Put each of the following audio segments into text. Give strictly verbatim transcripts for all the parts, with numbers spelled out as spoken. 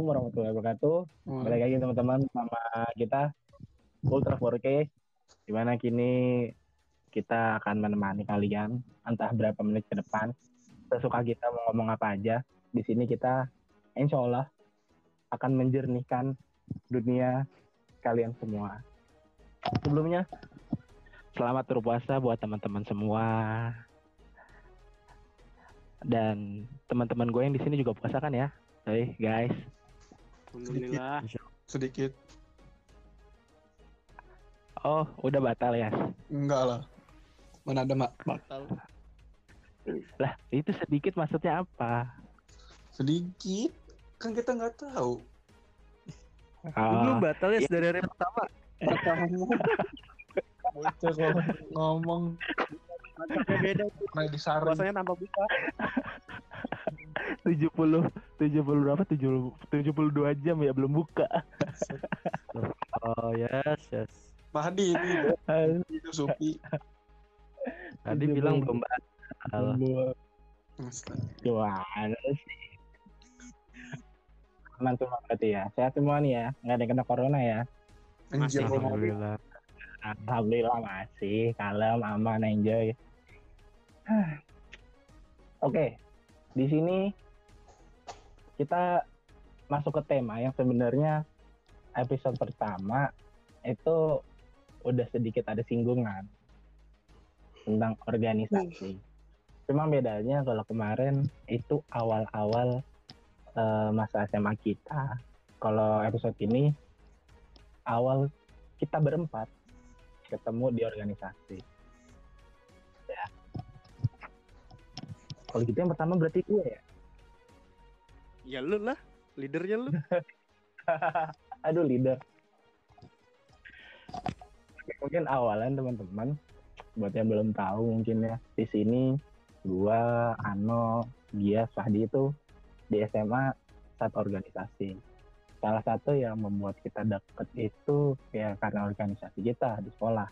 warahmatullahi wabarakatuh. Balik lagi teman-teman sama kita Ultra four K, dimana kini kita akan menemani kalian entah berapa menit ke depan. Sesuka kita mau ngomong apa aja. Di sini kita insya Allah akan menjernihkan dunia kalian semua. Sebelumnya, selamat berpuasa buat teman-teman semua. Dan teman-teman gue yang di sini juga puasa kan ya? Hey guys. Alhamdulillah. Sedikit. Oh, udah batal ya? Enggak lah. Mana ada mak batal. Lah, itu sedikit maksudnya apa? Sedikit. Kan kita nggak tahu. Oh, Belum batal ya iya. dari hari pertama. Kamu bocah kalau ngomong Beda. kayak disaring. Puasanya nambah buka. tujuh puluh tujuh puluh berapa? tujuh puluh dua jam ya belum buka. Oh yes yes. Pak Hadi ini itu Supi. Tadi bilang belum batal. Gimana sih? Aman tuh berarti ya. Sehat semua nih ya. Nggak ada yang kena corona ya. Anjir, Masih, kalau mau alhamdulillah. Alhamdulillah masih kalem, aman, enjoy. Oke, di sini kita masuk ke tema yang sebenarnya episode pertama itu udah sedikit ada singgungan tentang organisasi. Cuma bedanya kalau kemarin itu awal-awal uh, masa S M A kita. Kalau episode ini awal kita berempat ketemu di organisasi. Ya. Kalau gitu yang pertama berarti gue ya. Ya lu lah, leadernya lu. Aduh leader. Mungkin awalan teman-teman buat yang belum tahu mungkin ya, di sini gua, Ano, Gias, Fahdi itu di S M A satu organisasi. Salah satu yang membuat kita deket itu ya karena organisasi kita di sekolah.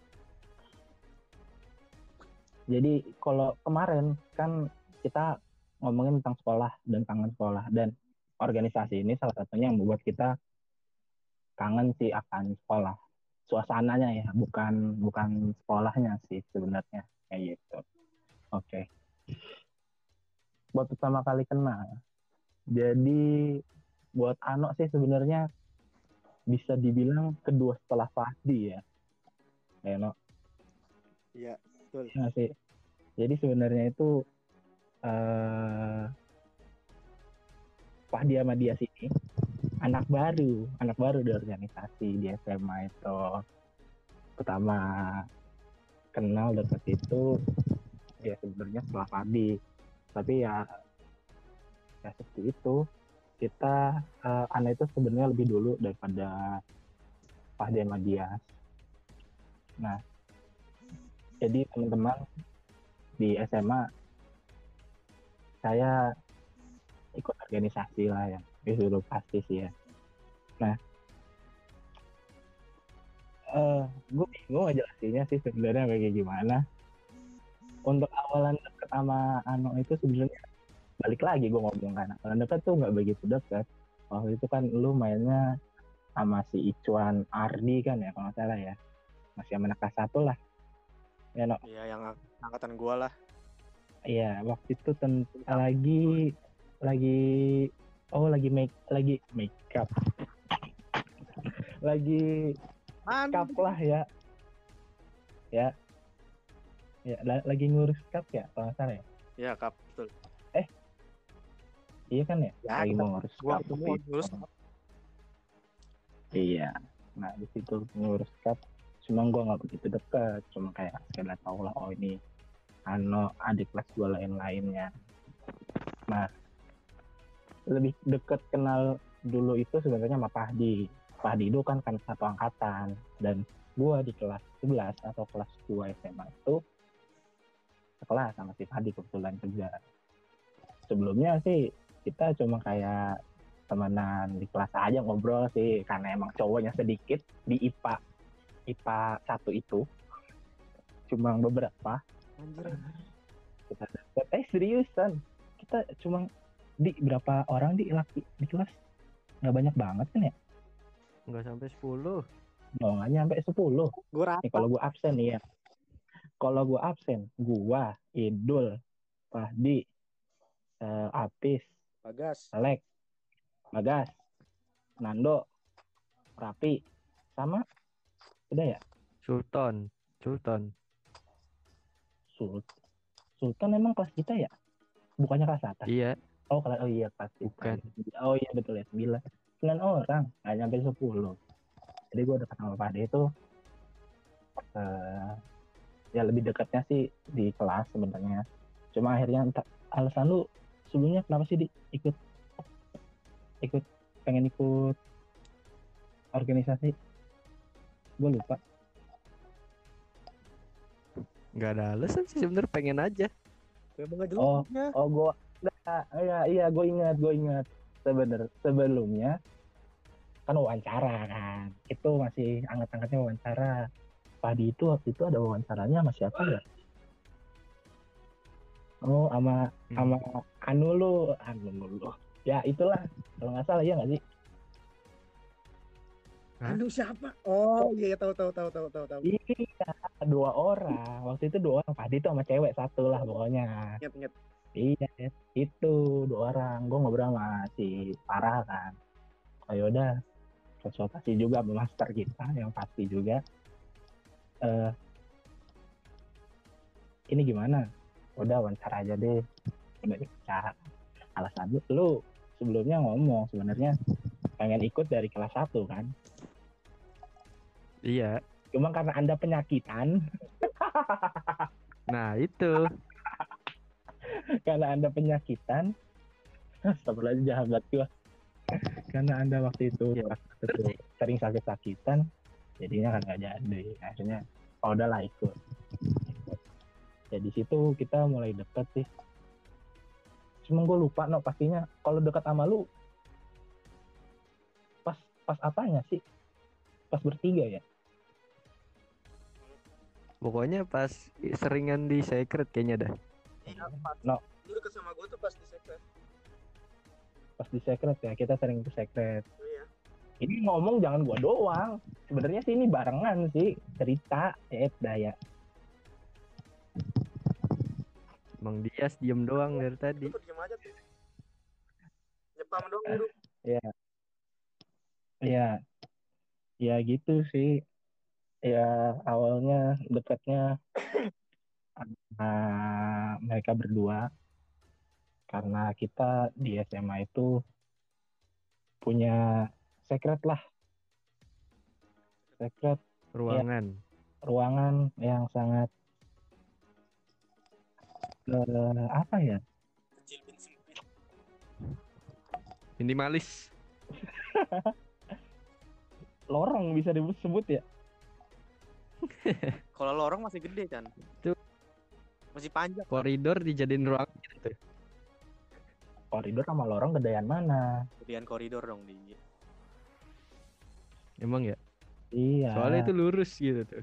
Jadi kalau kemarin kan kita ngomongin tentang sekolah dan kangen sekolah, dan organisasi ini salah satunya yang membuat kita kangen sih akan sekolah. Suasananya ya, bukan bukan sekolahnya sih sebenarnya kayak gitu. Oke. Buat pertama kali kenal. Jadi buat Ano sih sebenarnya bisa dibilang kedua setelah Fahdi ya. Ya, no? Iya, betul. Ya, sih. Jadi sebenarnya itu uh, Fahdi sama dia sini anak baru, anak baru di organisasi di S M A itu. Pertama kenal dekat itu ya sebenarnya setelah Fahdi. Tapi ya ya seperti itu. Kita uh, Ana itu sebenarnya lebih dulu daripada Fahdi sama Dias. Nah, jadi teman-teman di S M A saya ikut organisasi lah ya, itu dulu pasti sih ya. Nah, uh, gue bingung aja jelasinnya sih sebenarnya kayak gimana. Untuk awalan deket sama Ano itu sebenarnya balik lagi gue ngomong kan, awalan deket tuh nggak begitu dekat. Waktu itu kan lu mainnya sama si Icuan Ardi kan ya kalau nggak salah ya, masih sama anak kelas satu lah ya no. Iya, yang ang- angkatan gua lah. Iya waktu itu ten- lagi lagi oh lagi make lagi make up lagi cup lah ya ya ya la- lagi ngurus cup ya kalau nggak salah ya. Iya, Kap, betul. Iya kan ya, Ya, lagi kita- mau ngurus Gua cup ketemu waktu itu. ngurus. Iya, nah di situ ngurus cup, cuma gue nggak begitu dekat, cuma kayak sekedar tahu lah, oh ini Ano adik kelas gue lain-lainnya. Nah lebih deket kenal dulu itu sebenarnya sama Fahdi. Fahdi itu kan kan satu angkatan, dan gue di kelas sebelas atau kelas dua S M A itu sekelas sama si Fahdi kebetulan juga. Sebelumnya sih kita cuma kayak temenan di kelas aja ngobrol sih, karena emang cowoknya sedikit di I P A I P A satu itu cuma beberapa. Anjir. Kita dapet, eh seriusan kita cuma di berapa orang di laki di kelas nggak banyak banget kan ya? Nggak sampai sepuluh. Oh, nggak nyampe sepuluh. Gue Nih rata. kalau gue absen nih ya. Kalau gue absen, gua, Idul, Fahdi, eh, Apis, Bagas. Alek, Bagas, Nando, Rapi, sama udah ya? Sultan. Sultan. Sul- Sultan emang kelas kita ya? Bukannya kelas atas? Iya. Oh, kelas, oh iya kelas kita. Bukan. Oh iya betul ya, sembilan. Sembilan orang, nggak nyampe sepuluh. Jadi gue dekat sama Fahdi itu, eh, ya lebih dekatnya sih di kelas sebenarnya. Cuma akhirnya entah, alasan lu sebelumnya kenapa sih di ikut ikut pengen ikut organisasi? Gue lupa. Nggak ada alasan sih sebenarnya, pengen aja. Emang nggak Oh, jelasnya. oh gue, nah, iya iya gue ingat gue ingat sebener sebelumnya kan wawancara kan, itu masih anget-angetnya wawancara. Padi itu waktu itu ada wawancaranya sama siapa ya? Oh, sama sama Hmm. Anu lu, Anu lu. Ya itulah, kalau nggak salah ya nggak sih? Hah? Aduh siapa? Oh iya, iya, tahu tahu tahu tahu tahu tahu. Iya, dua orang. Waktu itu dua orang. Padi tuh sama cewek satu lah pokoknya. Ingat ingat. Iya, itu dua orang. Gue ngobrol sama si Farah kan. Oh yaudah, konsultasi juga sama master kita yang pasti juga. Eh, ini gimana? Udah wawancara aja deh. Udah bicara. Alasan lu, lu sebelumnya ngomong sebenarnya pengen ikut dari kelas satu kan. Iya. Cuma karena Anda penyakitan, Nah itu. karena Anda penyakitan, astagfirullah jahat banget gua. Karena Anda waktu itu Ya, kelas satu tuh sering sakit-sakitan, jadinya kan nggak jadi. Akhirnya, oh udahlah ikut. Ya di situ kita mulai deket sih. Cuma gue lupa no pastinya. Kalau dekat sama lu, pas pas apanya sih? Pas bertiga ya? Pokoknya pas seringan di secret kayaknya dah. Iya, pas. No, Lu deket sama gue tuh pas di secret. pas di secret ya. Kita sering ke secret. Iya. Ini ngomong jangan gua doang. Sebenarnya sih ini barengan sih cerita. Eh, daya. Bang Dias diem doang dari tadi. Lu tuh diem aja tuh. Nyepam dong hidup. Ya, ya, ya gitu sih. Ya awalnya dekatnya uh, mereka berdua karena kita di S M A itu punya secret lah, secret Ruangan. ya, ruangan yang sangat uh, apa ya? Kecil bin sempit. Minimalis. Lorong bisa disebut ya. Kalau lorong masih gede kan? Tuh. Masih panjang. Koridor dijadiin ruangan gitu. Koridor sama lorong gedean mana? Gedean koridor dong di. Emang ya? Iya. Soalnya itu lurus gitu tuh.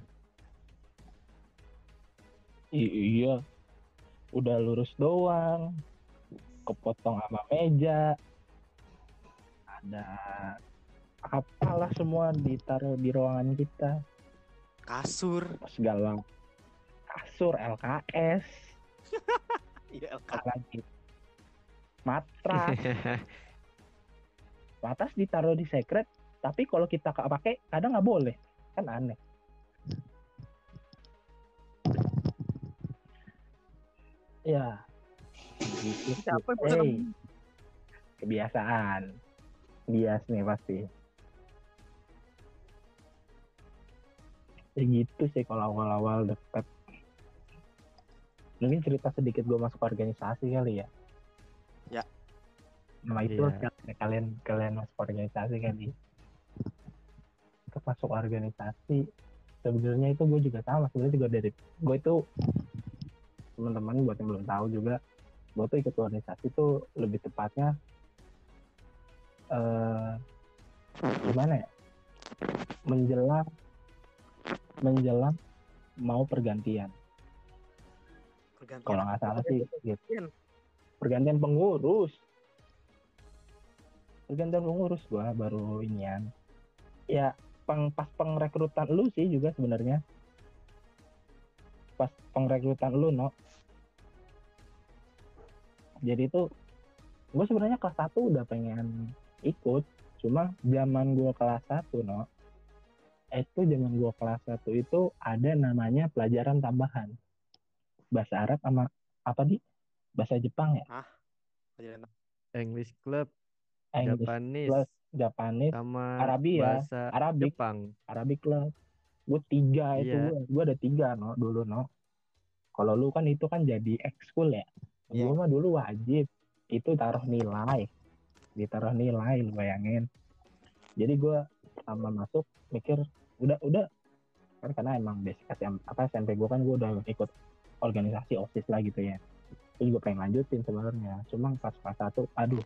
I- iya. Udah lurus doang. Kepotong sama meja. Ada apalah semua ditaruh di ruangan kita. Kasur. Segala kasur, L K S, Iya, L K. lagi matras. Matras ditaruh di secret, tapi kalau kita nggak pakai kadang nggak boleh, kan aneh. Ya, gitu. Siapa yang Hey, bosan? kebiasaan, bias nih pasti. Ya gitu sih kalau awal-awal deket. Mungkin cerita sedikit gue masuk organisasi kali ya. Ya. Nama itu Iya. kalian kalian masuk organisasi kali. Untuk masuk organisasi sebenarnya itu gue juga sama, sebenarnya juga dari gue itu teman-teman buat yang belum tahu juga, gue tuh ikut organisasi tuh lebih tepatnya eh, gimana ya, menjelang menjelang mau pergantian. Pergantian. Kalau nggak salah sih gitu. Pergantian. Pergantian pengurus. tergantung pengurus gua baru inian. Ya peng, pas pengrekrutan lu sih juga sebenarnya. Pas pengrekrutan lu no. Jadi tuh gue sebenarnya kelas satu udah pengen ikut, cuma zaman gue kelas satu no, itu zaman gue kelas satu itu ada namanya pelajaran tambahan bahasa Arab sama apa di bahasa Jepang ya, Ah, pelajaran English Club, English Japanese, plus Japanese, sama Arabia, bahasa Arabic, Jepang. Arabic club. Gue tiga itu Iya, gue, gue ada tiga no dulu no. Kalau lu kan itu kan jadi ekskul ya, gue Iya. mah dulu wajib itu taruh nilai, ditaruh nilai lu bayangin. Jadi gue sama masuk mikir udah udah kan karena emang basic S M, apa S M P gue kan gue udah ikut organisasi OSIS lah gitu ya. Gue juga pengen lanjutin sebenarnya. Cuma pas kelas satu, aduh,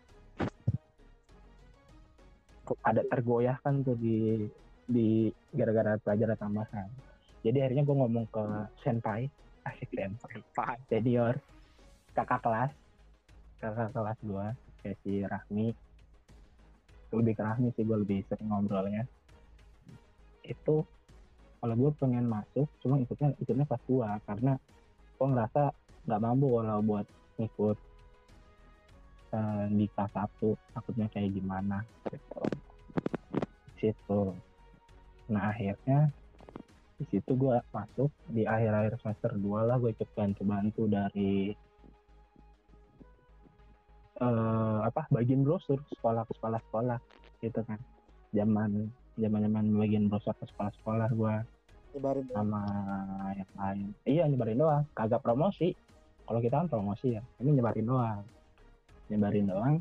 kok ada tergoyahkan tuh di di gara-gara pelajaran tambahan. Jadi akhirnya gue ngomong ke senpai, asik senpai, Pak. senior, kakak kelas, kakak kelas gue, kayak si Rahmi, lebih ke Rahmi sih gue lebih sering ngobrolnya. Itu kalau gue pengen masuk, cuma ikutnya ikutnya kelas dua karena gue ngerasa nggak mampu kalau buat ngikut uh, di kelas satu, takutnya kayak gimana gitu. Situ. Nah akhirnya di situ gue masuk di akhir-akhir semester dua lah, gue ikut bantu-bantu dari uh, apa bagian brosur sekolah ke sekolah sekolah gitu kan. Zaman zaman zaman bagian brosur ke sekolah-sekolah gue Nyebarin sama yang lain. Iya nyebarin doang, kagak promosi. Kalau kita kan promosi ya, ini nyebarin doang. Nyebarin doang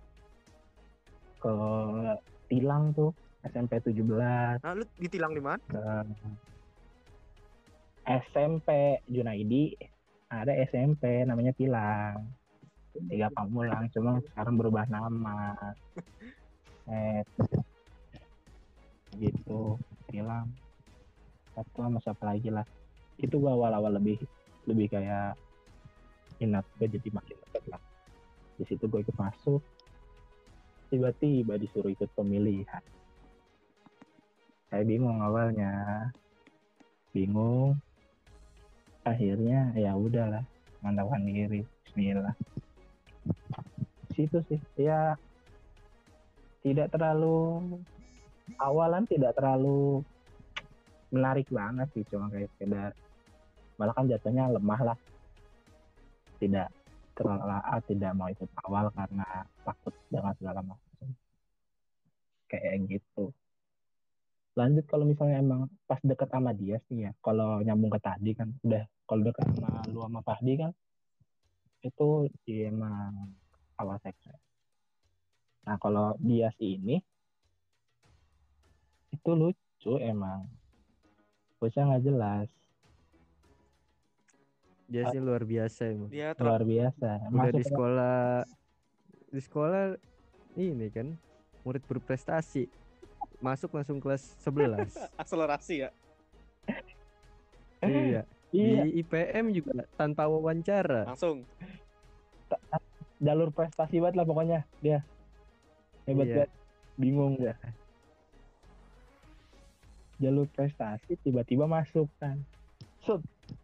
ke Tilang tuh S M P tujuh belas, Nah, lu ditilang di mana? ke S M P Junaidi, ada S M P namanya Tilang. Tiga Pamulang, cuma sekarang berubah nama. Eh, gitu, Tilang. Satu sama siapa lagi lah. Itu gua awal-awal lebih lebih kayak minat gue jadi makin deket lah. Di situ gue ikut masuk, tiba-tiba disuruh ikut pemilihan. Saya bingung awalnya, bingung. Akhirnya ya udahlah, mantapkan diri, Bismillah. Situ sih, ya tidak terlalu awalan tidak terlalu menarik banget sih, cuma kayak sekedar, malah kan jatuhnya lemah lah, tidak terlalu tidak mau ikut awal karena takut dengan segala macam kayak gitu. Lanjut kalau misalnya emang pas deket sama dia sih ya, kalau nyambung ke tadi kan udah, kalau deket sama lu sama Fahdi kan itu dia emang awal seks. Nah kalau dia sih ini itu lucu emang, bocah nggak jelas. dia sih luar biasa emang. Dia Luar terlalu biasa. Udah Masuk di sekolah, di sekolah ini kan murid berprestasi, masuk langsung kelas sebelas. akselerasi ya. Iya. iya, Di I P M juga tanpa wawancara. Langsung. jalur prestasi banget lah pokoknya dia. Hebat Iya. banget. Bingung gue. Jalur prestasi tiba-tiba masuk kan. Sud.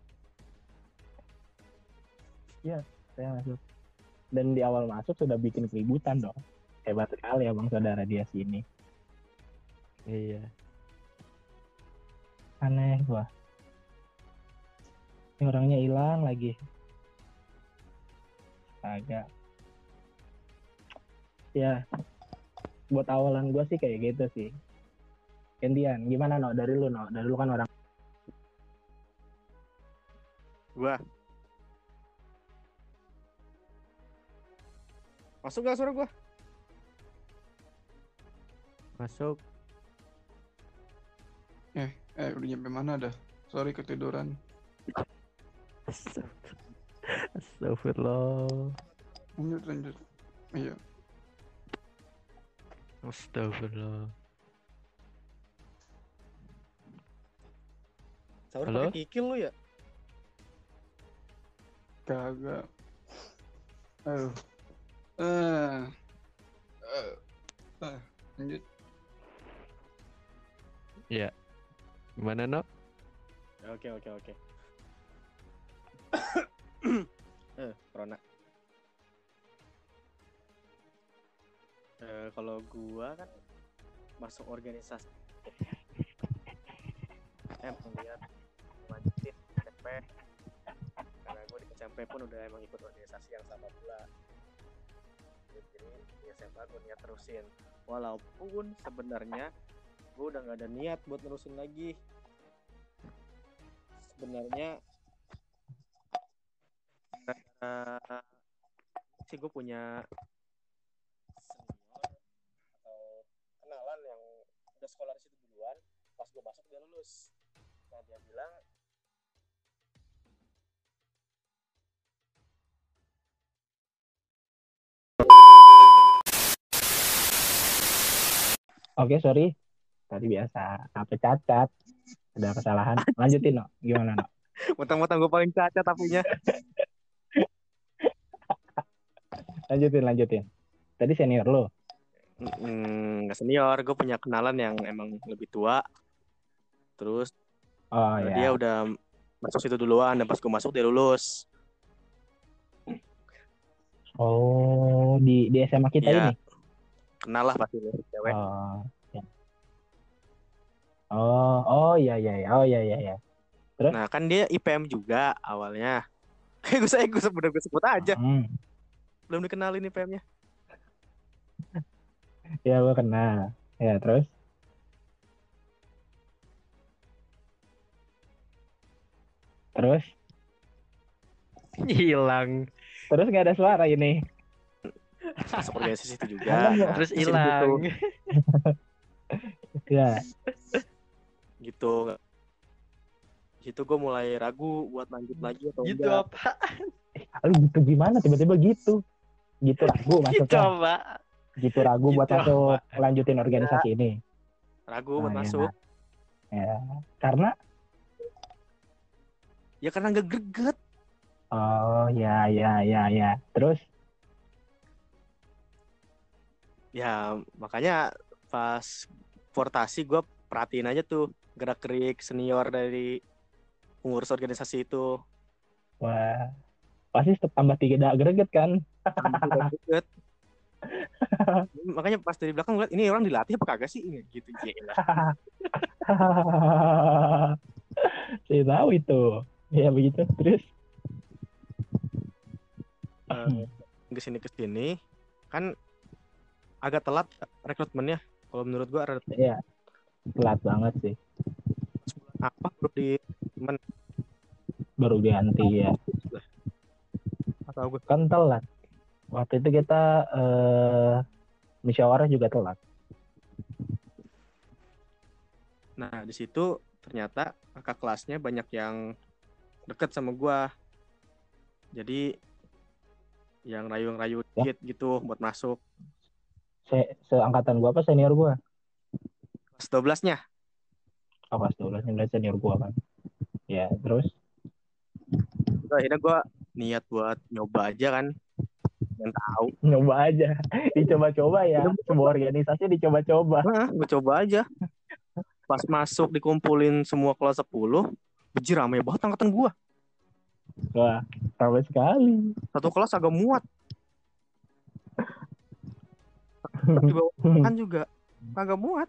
Iya, saya masuk. Dan di awal masuk sudah bikin keributan dong. Hebat sekali abang saudara dia sini. Iya. Aneh gua. Ini orangnya hilang lagi. Agak. Ya, buat awalan gua sih kayak gitu sih. Gantian, gimana no? Dari lu no? Dari lu kan orang. Gua. Masuk gak suara gua? Masuk. Eh, eh udah nyampe mana dah? Sorry ketiduran. Astagfirullah. Lanjut, lanjut. Iya. Astagfirullah. Saur Halo? pakai kikil lu ya? Kagak. Aduh. Eh. Eh. Ah, lanjut. Iya. Gimana, No? Oke oke oke. eh, Corona. Eh, kalau gua kan masuk organisasi, emang lihat lanjutin S M P. Karena gua di S M P pun udah emang ikut organisasi yang sama pula. Jadi di S M A gua niat terusin. Walaupun sebenarnya gua udah nggak ada niat buat nerusin lagi. Sebenarnya uh, sih gue punya senior atau kenalan yang udah sekolah di situ duluan. Pas gue masuk dia lulus. Nah dia bilang Oke, sorry. Tadi biasa H P cacat. Ada kesalahan. Lanjutin, No. Gimana, No? mentang-mentang gue paling cacat tapinya. Lanjutin, lanjutin. Tadi senior lo. Hmm, nggak senior, gue punya kenalan yang emang lebih tua. Terus Oh, uh, ya. dia udah masuk situ duluan dan pas gue masuk dia lulus. Oh, di di S M A kita Ya, ini. kenal lah pasti lo cewek. Oh, ya. Oh, oh iya iya iya. Oh iya iya iya. Terus? Nah kan dia I P M juga awalnya. Kayak gue saya gue sebut gue sebut aja. Hmm. Belum dikenalin I P M-nya. Ya, gue kenal. Ya, terus? Terus? Hilang. Terus nggak ada suara ini. Masuk organisasi itu juga. Kangen ya? Nah, Terus di situ gitu. hilang. Ya. Gitu. Di situ gue mulai ragu buat lanjut lagi atau Gitu enggak. apa? Lu gitu gimana? Tiba-tiba gitu. Gitu ragu Gitu maksudnya. apa? Gitu ragu buat Gitu masuk apa? lanjutin organisasi ini. Ragu buat Nah, ya. masuk. Ya. Karena Ya karena nggak greget. oh ya ya ya ya. Terus? Ya makanya pas portasi gue perhatiin aja tuh gerak-gerik senior dari pengurus organisasi itu. Wah, pasti tambah tiga greget kan? Tidak greget. Makanya pas dari belakang ngeliat ini orang dilatih apa kagak sih gitu. Gila. Saya tahu itu. Ya begitu. Terus? Uh, kesini kesini kan agak telat rekrutmennya. Kalau menurut gue ada Iya. Telat banget sih. apa baru di temen Baru ganti ya. atau gue Kan telat. Waktu itu kita eh, musyawarah juga telat. Nah di situ ternyata kakak kelasnya banyak yang deket sama gue, jadi yang rayu-rayu Ya. dikit gitu buat masuk. Se seangkatan gua apa senior gua? Kelas dua belas-nya. Oh, kelas dua belas berarti senior gua kan. Ya, terus Terus akhirnya gue niat buat nyoba aja kan, yang tahu. nyoba aja. Dicoba-coba ya. Sebuah organisasi dicoba-coba. Nah, gue coba aja. Pas masuk dikumpulin semua kelas sepuluh, bejir rame banget angkatan gue. Wah, ramai sekali. Satu kelas agak muat. Juga kan juga agak muat.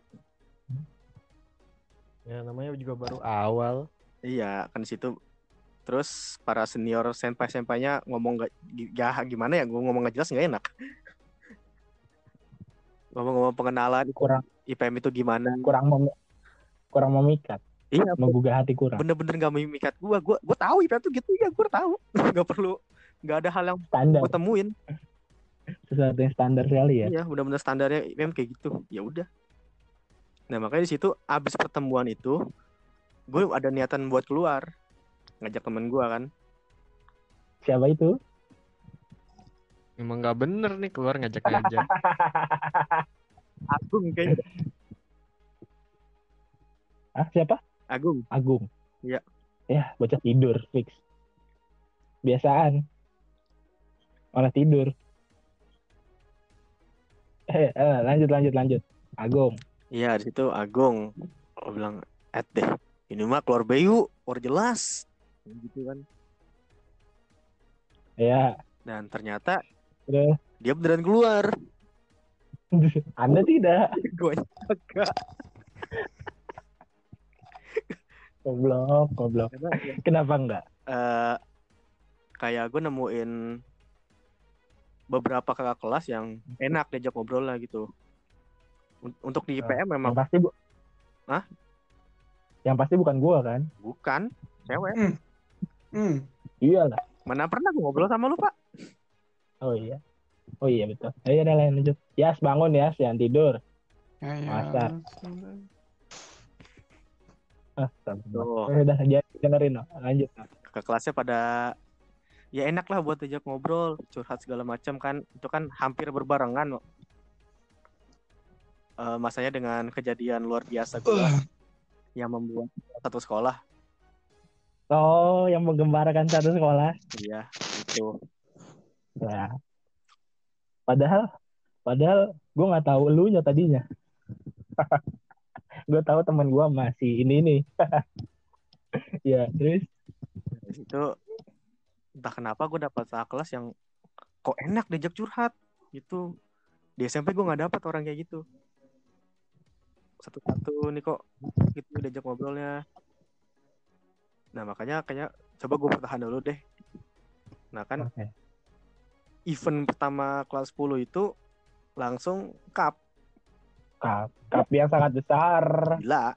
Ya namanya juga baru awal. Iya, kan di situ. Terus para senior senpai-senpainya ngomong gak, gak gimana ya, gue ngomong gak jelas gak enak. Ngomong-ngomong pengenalan Kurang I P M itu gimana. kurang mem kurang memikat. Iya, Menggugah hati kurang. bener-bener gak memikat gue. Gue gue tahu I P M tuh gitu ya, gue tahu. Gak perlu, gak ada hal yang Standar. gue temuin. Sesuatu yang standar sekali ya. Iya, bener-bener standarnya I P M kayak gitu. Ya udah. Nah makanya di situ abis pertemuan itu, gue ada niatan buat keluar, ngajak temen gue kan. Siapa itu? Emang nggak bener nih keluar ngajak-ngajak. Agung kayaknya. Ah, siapa? Agung. Agung. Iya. Ya, bocah tidur fix. Biasaan. Malah tidur. Eh, eh, lanjut lanjut lanjut. Agung. Iya, di situ Agung lo bilang, "Et deh, ini mah keluar bayu, keluar jelas." Gitu kan. Ya, Dan ternyata terus dia beneran keluar. Anda tidak. Gue enggak. Goblok, goblok. Karena ya, Kenapa enggak? eh, kayak gue nemuin beberapa kakak kelas yang enak diajak ngobrol lah gitu. Un- Untuk di I P M memang Yang pasti bu Hah? Yang pasti bukan gua kan? bukan cewek. Hmm. Hmm. Iyalah. Mana pernah gue ngobrol sama lu, Pak? Oh iya. Oh iya betul. Ayo udah lanjut. Yas bangun Yas, jangan tidur. Ya, ya. Masa. Ah, Tuh. eh, udah aja dengerin no. Lanjut. No. Ke kelasnya pada ya enak lah buat ajak ngobrol, curhat segala macam kan. Itu kan hampir berbarengan. Eh, masanya dengan kejadian luar biasa gue yang membuat satu sekolah. Oh, yang menggembarakan satu sekolah. Iya, itu. Ya. Padahal, padahal gue nggak tahu elunya tadinya. Gue tahu teman gue masih ini nih. Ya, terus Dari situ entah kenapa gue dapat kakak kelas yang kok enak diajak curhat gitu. Di S M P gue nggak dapat orang kayak gitu. Satu-satu nih kok gitu diajak ngobrolnya. Nah makanya kayaknya coba gue bertahan dulu deh. Nah kan okay. event pertama kelas sepuluh itu langsung cup. Cup, cup yang sangat besar. Gila.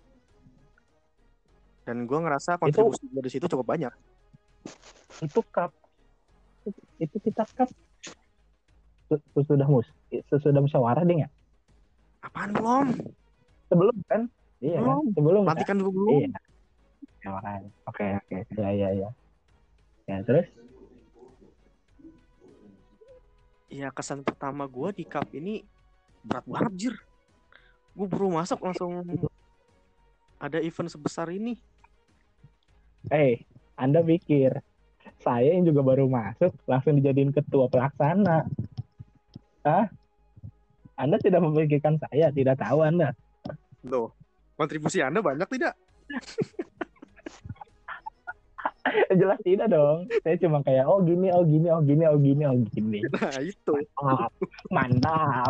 Dan gue ngerasa kontribusi gue di situ cukup banyak. Itu cup. Itu kita cup. Sesudah mus, sesudah musyawarah deh nggak? Apaan belum? Sebelum kan? Iya belum. kan? Sebelum. Pelantikan dulu belum? Iya. Oke, oke, oke. Ya, ya, ya. Ya, terus? Ya kesan pertama gue di cup ini berat banget jir. Gue baru masuk langsung ada event sebesar ini. Eh, hey, Anda pikir saya yang juga baru masuk langsung dijadiin ketua pelaksana? Hah? Anda tidak memikirkan saya, tidak tahu Anda. Loh, kontribusi Anda banyak tidak? Jelas tidak dong. Saya cuma kayak oh gini, oh gini, oh gini, oh gini, oh gini. Nah itu. Mantap. Mantap.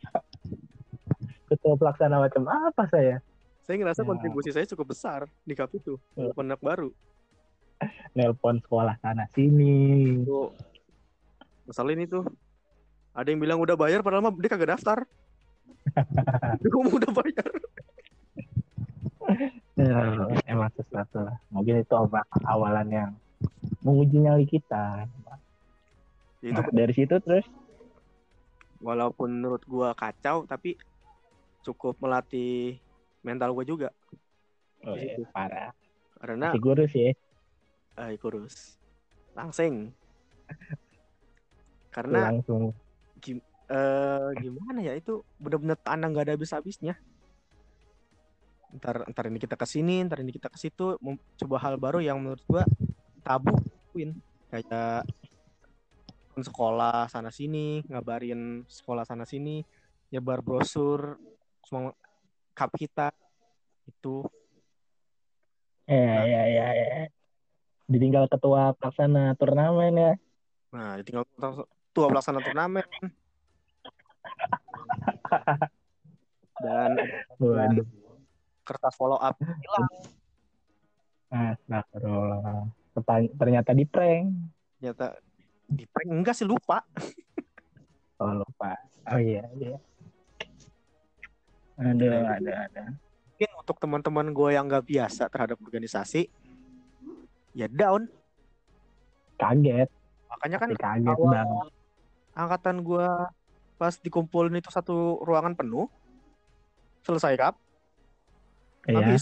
Ketua pelaksana macam apa saya? Saya ngerasa Ya. kontribusi saya cukup besar di cup itu. Ya. Anak baru. Nelpon sekolah sana sini. Tuh. Masalah ini tuh. Ada yang bilang udah bayar padahal mah dia kagak daftar. Dia ngomong udah bayar. Ya, emang sesuatu lah. Mungkin itu awalan yang menguji nyali kita. Itu Nah, dari situ terus walaupun menurut gua kacau tapi cukup melatih mental gua juga. oh, ya, parah. Karena masih kurus ya. Eh, kurus. Langsing. Karena langsung gim, uh, gimana ya itu benar-benar tanah nggak ada habis-habisnya. Ntar, ntar ini kita ke sini, ntar ini kita ke situ, coba hal baru yang menurut gua tabu, Win. Kayak sekolah sana sini, ngabarin sekolah sana sini, nyebar brosur semua cup kita itu. ya ya ya ya. Ditinggal ketua pelaksana turnamen ya. Nah, ditinggal ketua pelaksana turnamen. Dan Waduh. kertas follow up hilang. Astagfirullah. Ternyata di prank. Ternyata di prank enggak sih, lupa. Oh lupa. Oh iya iya. Ada ada ada. Mungkin untuk teman-teman gue yang nggak biasa terhadap organisasi, ya down. Kaget. Makanya kan kaget awal banget. Angkatan gue pas dikumpulin itu satu ruangan penuh, selesai kap. Iya. Habis.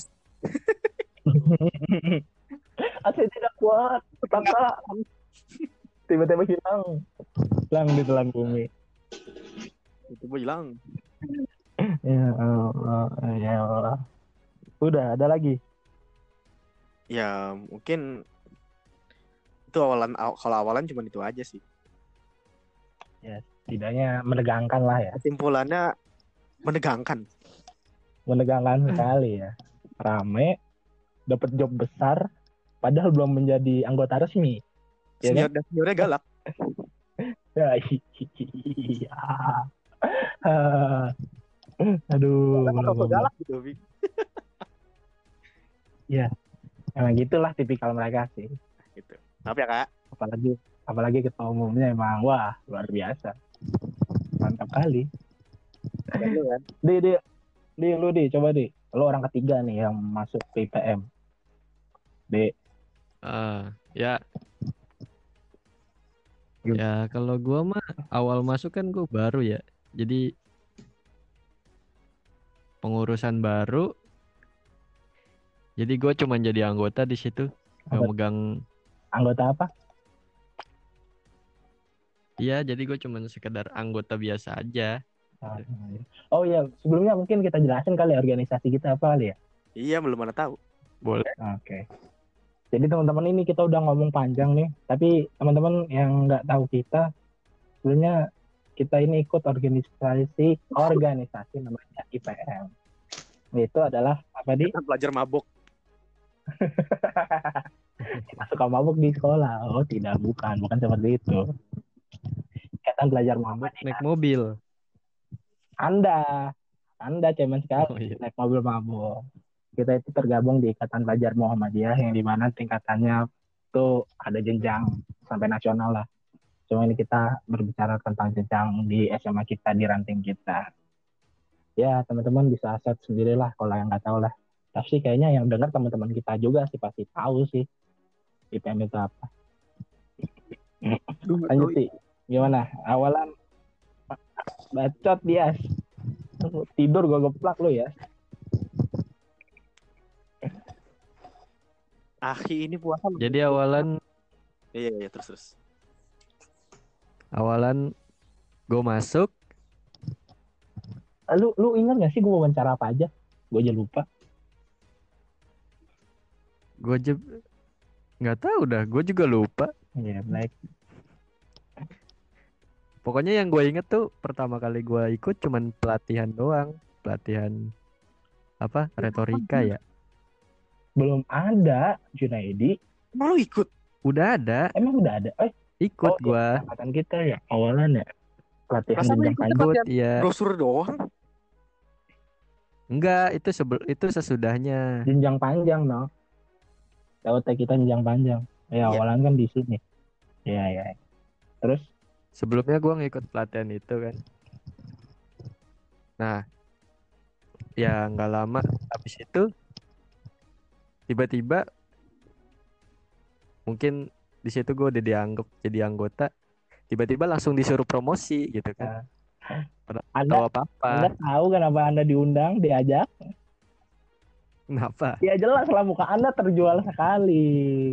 Saya tidak kuat. Kakak. Tiba-tiba hilang. Hilang di telan bumi. Itu gue hilang. Ya Allah. Ya Allah. Udah, ada lagi? Ya mungkin itu awalan, kalau awalan cuma itu aja sih. Ya, Tidaknya menegangkan lah ya. Kesimpulannya menegangkan. Menegangkan sekali ya. Rame, dapat job besar, padahal belum menjadi anggota resmi. Ya Senior kan? dan seniornya galak. Ya, iya. Ah, Aduh, Galak belum atau belum. galak gitu, Bik. Emang gitulah tipikal mereka sih. Gitu. Maaf ya, Kak. Apalagi apalagi ketua umumnya emang wah luar biasa. Mantap kali. Dan lu kan. Di di di lu di coba di. Lu orang ketiga nih yang masuk P P M. Di Ah, ya. Ya kalau gua mah awal masuk kan gua baru ya. Jadi pengurusan baru. Jadi gua cuma jadi anggota di situ. Gak Anggota- megang. anggota apa? Iya, jadi gue cuma sekedar anggota biasa aja. Ah, iya. Oh iya, sebelumnya mungkin kita jelasin kali ya organisasi kita apa kali ya. Iya, belum mana tahu. Boleh. Oke. Jadi teman-teman ini kita udah ngomong panjang nih, tapi teman-teman yang nggak tahu kita, sebenarnya kita ini ikut organisasi organisasi namanya I P M. Itu adalah apa di? Kan pelajar mabok. Kita suka mabuk di sekolah. Oh tidak, bukan, bukan seperti itu. Ikatan belajar mabuk. Naik mobil. Anda, Anda cemen sekali Oh, iya. naik mobil mabuk. Kita itu tergabung di Ikatan Belajar Muhammadiyah yang dimana tingkatannya tuh ada jenjang sampai nasional lah. Cuma ini kita berbicara tentang jenjang di S M A kita, di ranting kita. Ya teman-teman bisa set sendirilah kalau yang nggak tahu lah. Tapi kayaknya yang dengar teman-teman kita juga sih pasti tahu sih I P M itu apa. Lanjut sih, gimana? Awalan bacot dia. Tidur gue geplak lu ya. Akhi ini puasa. Jadi awalan Iya, iya, terus terus. awalan gue masuk. Lu lu ingat gak sih gue wawancara apa aja? Gue aja lupa. Gue aja nggak tahu dah. Gue juga lupa. Iya, yeah, baik. Pokoknya yang gue inget tuh pertama kali gue ikut cuman pelatihan doang. Pelatihan apa? Retorika ya. Belum ada Junaidi. Emang lu ikut? Udah ada. Emang udah ada? Eh, Ikut oh, gue. iya, angkatan kita ya. Awalan ya. Pelatihan Masa lu jenjang ikut panjang. Ikut pelatihan ya. brosur doang? Enggak, itu sebel itu sesudahnya. Jenjang panjang, no. T O T kita jenjang panjang. Ya, Iya. awalan kan di sini. Iya, iya. Terus? Sebelumnya gue ngikut pelatihan itu kan. Nah, ya nggak lama habis itu tiba-tiba mungkin di situ gue udah dianggap jadi anggota, tiba-tiba langsung disuruh promosi gitu kan. Padahal nggak Anda, tahu apa-apa. Anda tahu kenapa Anda diundang, diajak? Kenapa? Ya jelas lah, muka Anda terjual sekali.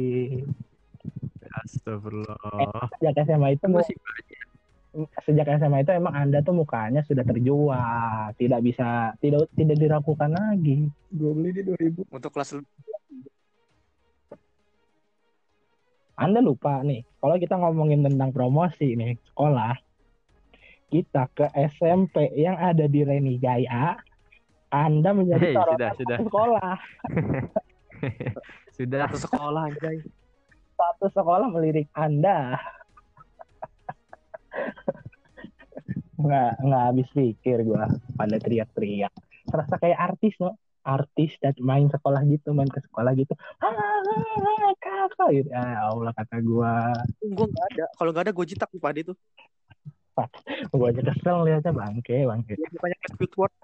Astagfirullah. Sejak S M A itu Kan mu- masih sejak S M A itu emang Anda tuh mukanya sudah terjual, tidak bisa tidak tidak diragukan lagi. Gue beli di dua ribu. Untuk kelas lu. Anda lupa nih, kalau kita ngomongin tentang promosi nih sekolah, kita ke S M P yang ada di Reni Jaya, Anda menjadi Hei, sorotan sudah, sudah. sekolah. Sudah. Satu sekolah anjay. Satu sekolah melirik Anda. nggak nggak habis pikir gue pada teriak-teriak. Terasa kayak artis, no? Artis dan main sekolah gitu, main ke sekolah gitu. Ah, kakak gitu. Ya Allah kata gue. Gue nggak ada. Kalau nggak ada gue jitak di padi tuh. Gue aja kesel lihatnya, bangke, bangke. Dia banyak Squidward.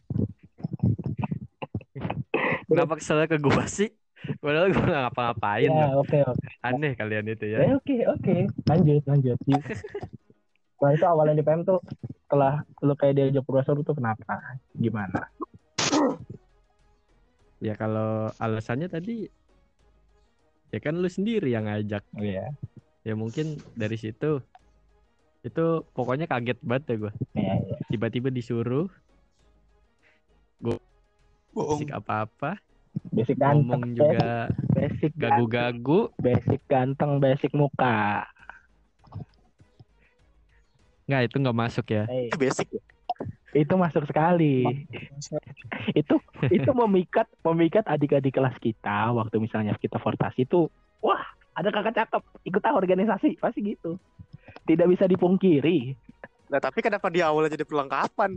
Kenapa keselnya ke gua sih? Padahal gua nggak ngapa-ngapain Ya, loh. oke, oke. Aneh kalian itu Ya, ya. oke, oke. Lanjut, lanjut. Setelah itu awalnya di P M tuh, setelah lu kayak diajak profesor tuh kenapa? Gimana? Ya kalau alasannya tadi ya kan lu sendiri yang ngajak. Oh iya. Ya mungkin dari situ itu pokoknya kaget banget ya gua. Iya, iya. Tiba-tiba disuruh Bohong. basic apa-apa, Basic ganteng, ngomong juga basic ganteng, gagu-gagu. basic ganteng, basic muka. Nggak, itu nggak masuk ya. Eh, Itu basic ya. itu masuk sekali. itu itu memikat memikat adik-adik kelas kita waktu misalnya kita fortasi itu, wah ada kakak cakep ikut ah organisasi pasti gitu, tidak bisa dipungkiri. Nah tapi kenapa di awal jadi perlengkapan?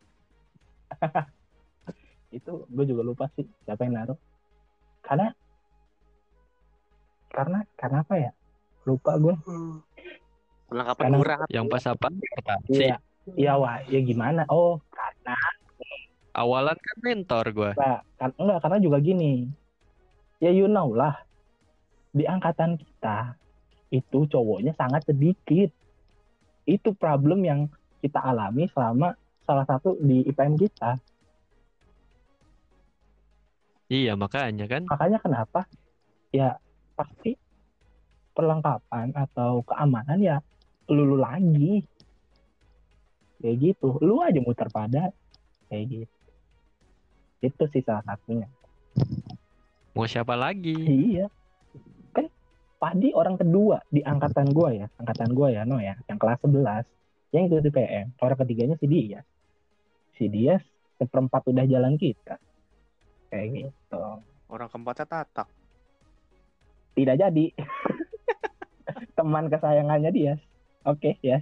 Itu gue juga lupa sih siapa yang naruh, karena karena karena apa ya, lupa gue. Perlengkapan Karena- kurang. Yang pas apa? Rotasi. Iya iya wah ya gimana, oh karena Awalan kan mentor gue. enggak, kan, enggak karena juga gini ya, you know lah, di angkatan kita itu cowoknya sangat sedikit. Itu problem yang kita alami selama salah satu di I P M kita. Iya, makanya kan. Makanya kenapa ya pasti perlengkapan atau keamanan ya lu, lu lagi kayak gitu, lu aja muter pada kayak gitu. Itu sih salah satunya. Mau siapa lagi? Iya kan, Padi orang kedua di angkatan gua ya, angkatan gua ya no ya, yang kelas sebelas yang ikut I P M. Orang ketiganya si dia si dia seperempat udah jalan kita kayak gitu. Orang keempatnya Tatak. Tidak jadi. Teman kesayangannya dia. Oke, ya.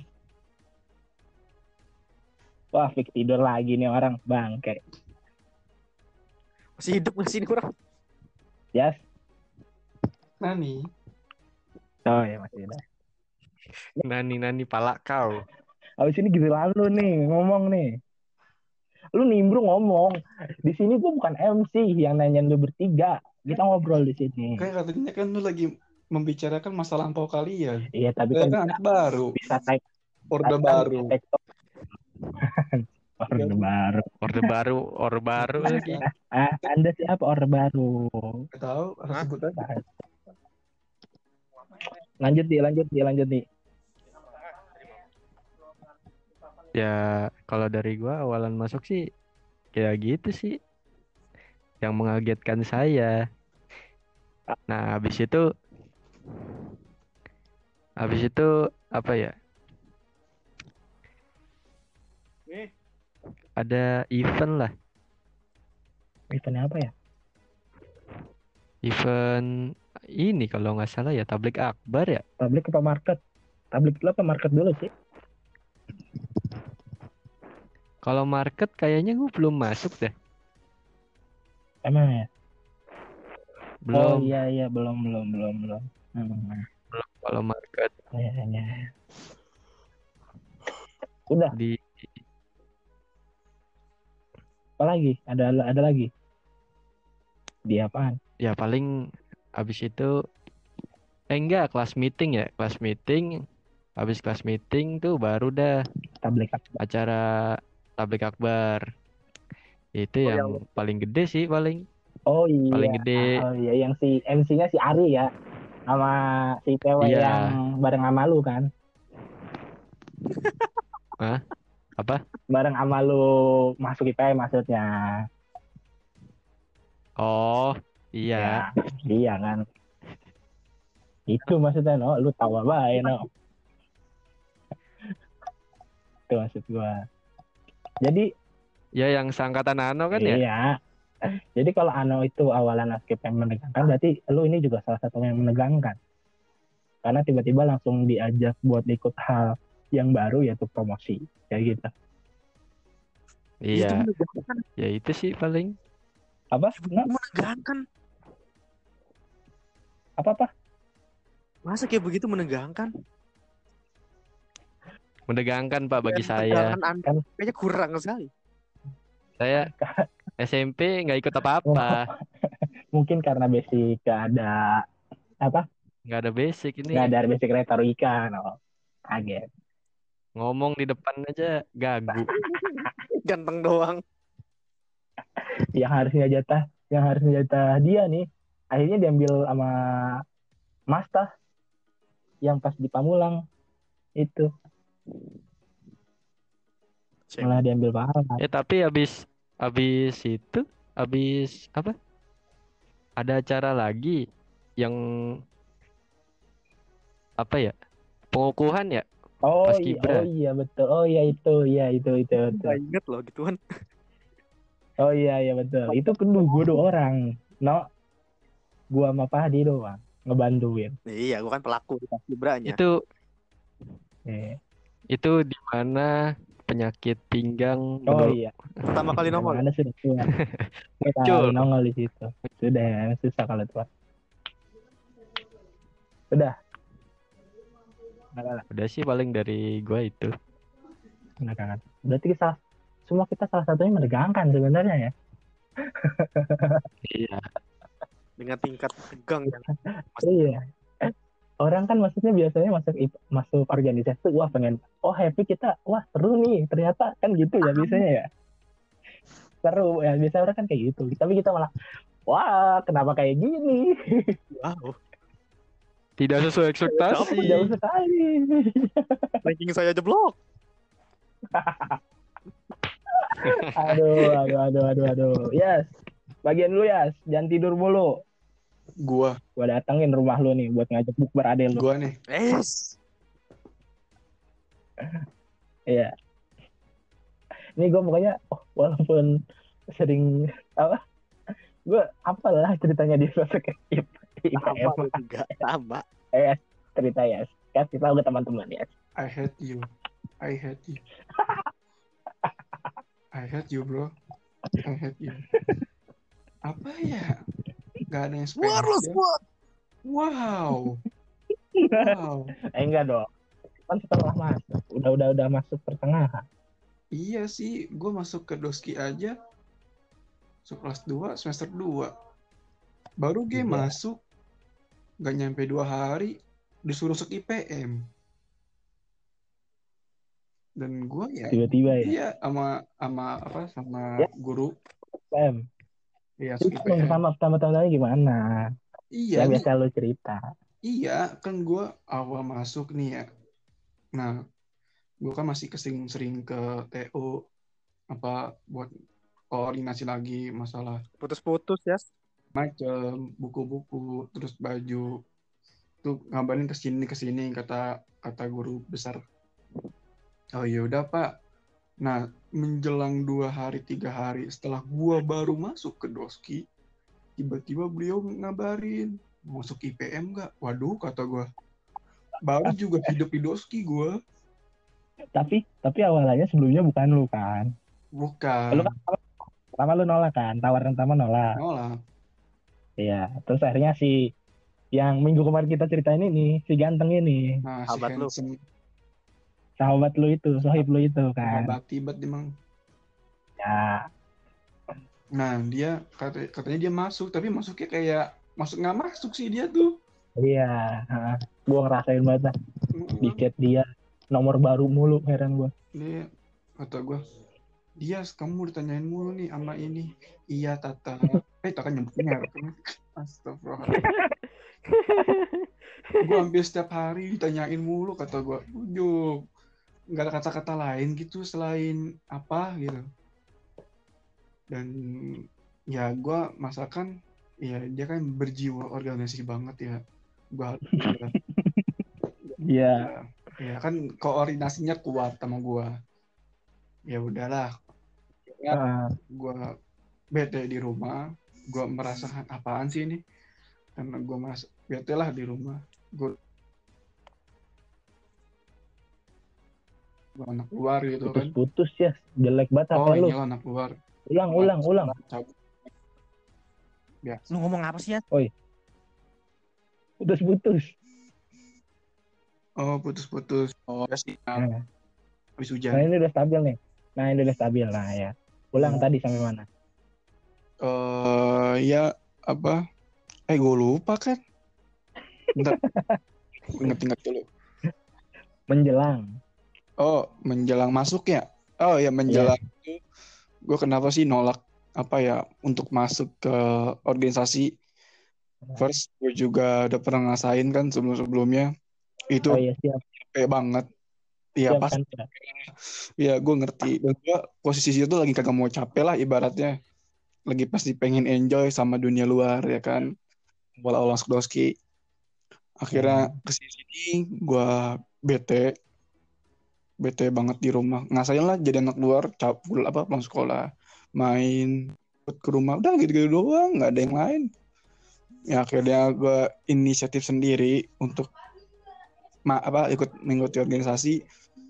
Wah, fix tidur lagi nih orang, bangke. Masih hidup nggak sih ini orang? Yes. Nani. Oh ya masih ada. Nani-nani pala kau. Abis ini giliran lu nih ngomong nih. Lu nimbrung ngomong. Di sini gua bukan M C yang nanyain lu bertiga. Kita ngobrol di sini. Kan katanya kan lu lagi membicarakan masa lampau kalian. Iya, tapi Saya kan kan anak baru, bisa tag orde kan baru. tag Orde baru. Orde baru, orde baru lagi. Ah, Anda siapa orde baru? Gak tahu, harus Hah? sebut aja. Lanjut di, lanjut di, lanjut di. Ya, kalau dari gua awalan masuk sih kayak gitu sih. Yang mengagetkan saya. Nah, habis itu habis itu apa ya? Nih. Ada event lah, Eventnya apa ya? event ini kalau nggak salah ya tablik akbar ya. Tablik apa market? Tablik dulu apa market dulu sih? Kalau market kayaknya gua belum masuk deh. Emang ya? Oh Belum. iya iya belum belum belum belum. Hmm. Kalau market Iya, iya. Udah, di apa lagi? Ada ada lagi? Di apaan? ya paling habis itu eh enggak kelas meeting ya, kelas meeting. Habis kelas meeting tuh baru dah Tablik akbar. acara tablik akbar. Itu Oh, yang yang- paling gede sih paling. Oh iya. Paling gede. Oh iya, yang si M C-nya si Ari ya. Sama si cewek Iya. yang bareng sama lu kan. Apa? Bareng sama lu masuk I P M maksudnya. Oh, iya. Ya, iya kan. Itu maksudnya no, lu tahu apa ya no. Itu maksud gua. Jadi Ya yang seangkatan Ano kan ya? iya. Jadi kalau Ano itu awalan askip yang menegangkan, berarti lu ini juga salah satu yang menegangkan. Karena tiba-tiba langsung diajak buat ikut hal yang baru yaitu promosi. Kayak gitu. Iya. Itu menegangkan. Ya itu sih paling. Apa? Itu Nah, menegangkan. apa-apa? Masa kayak begitu menegangkan? Menegangkan Pak bagi Dan saya. tegangan Anda kayaknya kurang sekali. Saya S M P nggak ikut apa-apa. Mungkin karena basic gak ada apa? Nggak ada basic ini. Gak ada basic retorika, no. Kaget. Ngomong di depan aja gagu. Ganteng doang. Yang harusnya jatah, yang harusnya jatah dia nih, akhirnya diambil sama Masta yang pas di Pamulang itu malah diambil pahala. Eh tapi habis habis itu habis apa? Ada acara lagi yang apa ya? Pengukuhan ya? Oh Pas iya, oh kibra. iya betul. Oh iya itu, iya itu itu betul. Gak inget loh gituan. Oh iya iya betul. Itu kedua gue dua orang. No, gua sama Fahdi doang ngebantuin. Iya, gue kan pelaku di pas kibranya. Itu Eh. itu di mana penyakit pinggang Oh menurut iya, Pertama kali emang nongol ya. Anda sudah tua. Kita kali muncul. nongol di situ. Sudah susah kalau tua. Udah, nggak kalah. Udah sih paling dari gua itu. Nggak kalah. Berarti kita semua kita salah satunya menegangkan sebenarnya ya. Iya. Dengan tingkat tegang yang Iya. Eh, orang kan maksudnya biasanya masuk ip- masuk organisasi tuh, wah pengen, oh happy kita, wah seru nih. Ternyata kan gitu ya biasanya ya. Seru ya, biasa orang kan kayak gitu. Tapi kita malah, wah kenapa kayak gini? wow, Tidak sesuai Jauh ekspektasi. sekali. ranking saya jeblok. Aduh, aduh, aduh, aduh, aduh. Yes, bagian lu Yas, jangan tidur mulu. Gua, Gua datengin rumah lu nih buat ngajak bukber ade lu. gua nih. Es. Iya. Ini gue pokoknya, oh, walaupun sering apa, gue apalah ceritanya di masuk ke I P M. Sama juga, sama. Eh, Yas, cerita Yas. Kan kita udah teman-teman Yas. I hate you. I hate you. I hate you, bro. I hate you. Apa ya? Gak ada yang War lu spesial. semua. Wow. Wow. Eh enggak dong. Kan setelah masuk, udah udah udah masuk pertengahan. Iya sih, gue masuk ke Doski aja. Masuk kelas dua, semester dua. Baru gue Iya. masuk, gak nyampe dua hari, disuruh masuk I P M. Dan gue ya, Tiba-tiba ya. iya sama sama apa sama Ya. guru, P M. iya Itu masuk I P M. pertama pertama-tama gimana? Iya Ya nih, biasa lu cerita. iya kan gue awal masuk nih ya. Nah, gue kan masih sering-sering ke T O apa buat koordinasi lagi masalah Putus-putus ya. macam buku-buku terus baju tuh ngabarin ke sini ke sini kata kata guru besar. Oh ya udah Pak. Nah menjelang dua hari tiga hari setelah gua baru masuk ke Doski, tiba-tiba beliau ngabarin mau masuk I P M nggak? Waduh kata gua. Baru juga hidup di Doski gua. Tapi tapi awalnya sebelumnya bukan lu kan? Bukan. Lu kan pertama lu nolak kan? Tawaran pertama nolak. Nolak. Iya. Terus akhirnya si yang minggu kemarin kita ceritain ini, si ganteng ini, Nah si Sahabat lu. handsome sahabat lu itu, sohib lu itu kan? sahabat tibat emang. Ya. Nah dia kata, katanya dia masuk tapi masuknya kayak masuk nggak masuk sih dia tuh. Iya. Heeh. Gua ngerasain banget lah. Di Mm-mm. chat dia nomor baru mulu, heran gua. Dia kata gue, Dias kamu ditanyain mulu nih sama ini. Iya Tata. Eh Tata nyebut merek. Astagfirullah. Gue hampir setiap hari ditanyain mulu kata gue. Ujuk. Nggak ada kata-kata lain gitu selain apa gitu. Dan ya gue masakan ya dia kan berjiwa organisasi banget ya. Gue Iya. ya, ya kan koordinasinya kuat sama gue. Ya udahlah. Ya, Heeh. gue bete di rumah, gue merasakan apaan sih ini, karena gue merasa bete lah di rumah, gue gue anak luar gitu kan. Putus-putus ya, jelek banget Oh apa lu? iya anak luar. Ulang, ulang, ulang. Cabut. Biasa. Lu ngomong apa sih ya? Putus-putus. Oh putus-putus. Oh ya sih. Nah, Habis nah hujan. ini udah stabil nih. Nah ini udah stabil lah ya. Ulang Hmm. tadi sampai mana? Eh ya apa? Eh gue lupa kan. Bentar. Ingat-ingat dulu. Menjelang. Oh menjelang masuk ya. Oh ya menjelang itu gue kenapa sih nolak apa ya untuk masuk ke organisasi. First gue juga udah pernah ngasain kan sebelum-sebelumnya itu Oh iya siap. capek banget. Iya Siap pas kan? Siap. ya gue ngerti dan gue posisi itu lagi kagak mau capek lah ibaratnya lagi pasti pengen enjoy sama dunia luar ya kan awal-awal masuk Doski akhirnya kesini gue bete bete banget di rumah. Ngasain lah jadi anak luar, cabul apa pulang sekolah, main ke rumah, udah gitu-gitu doang, nggak ada yang lain. Ya akhirnya gue inisiatif sendiri untuk ma- apa ikut mengikuti organisasi.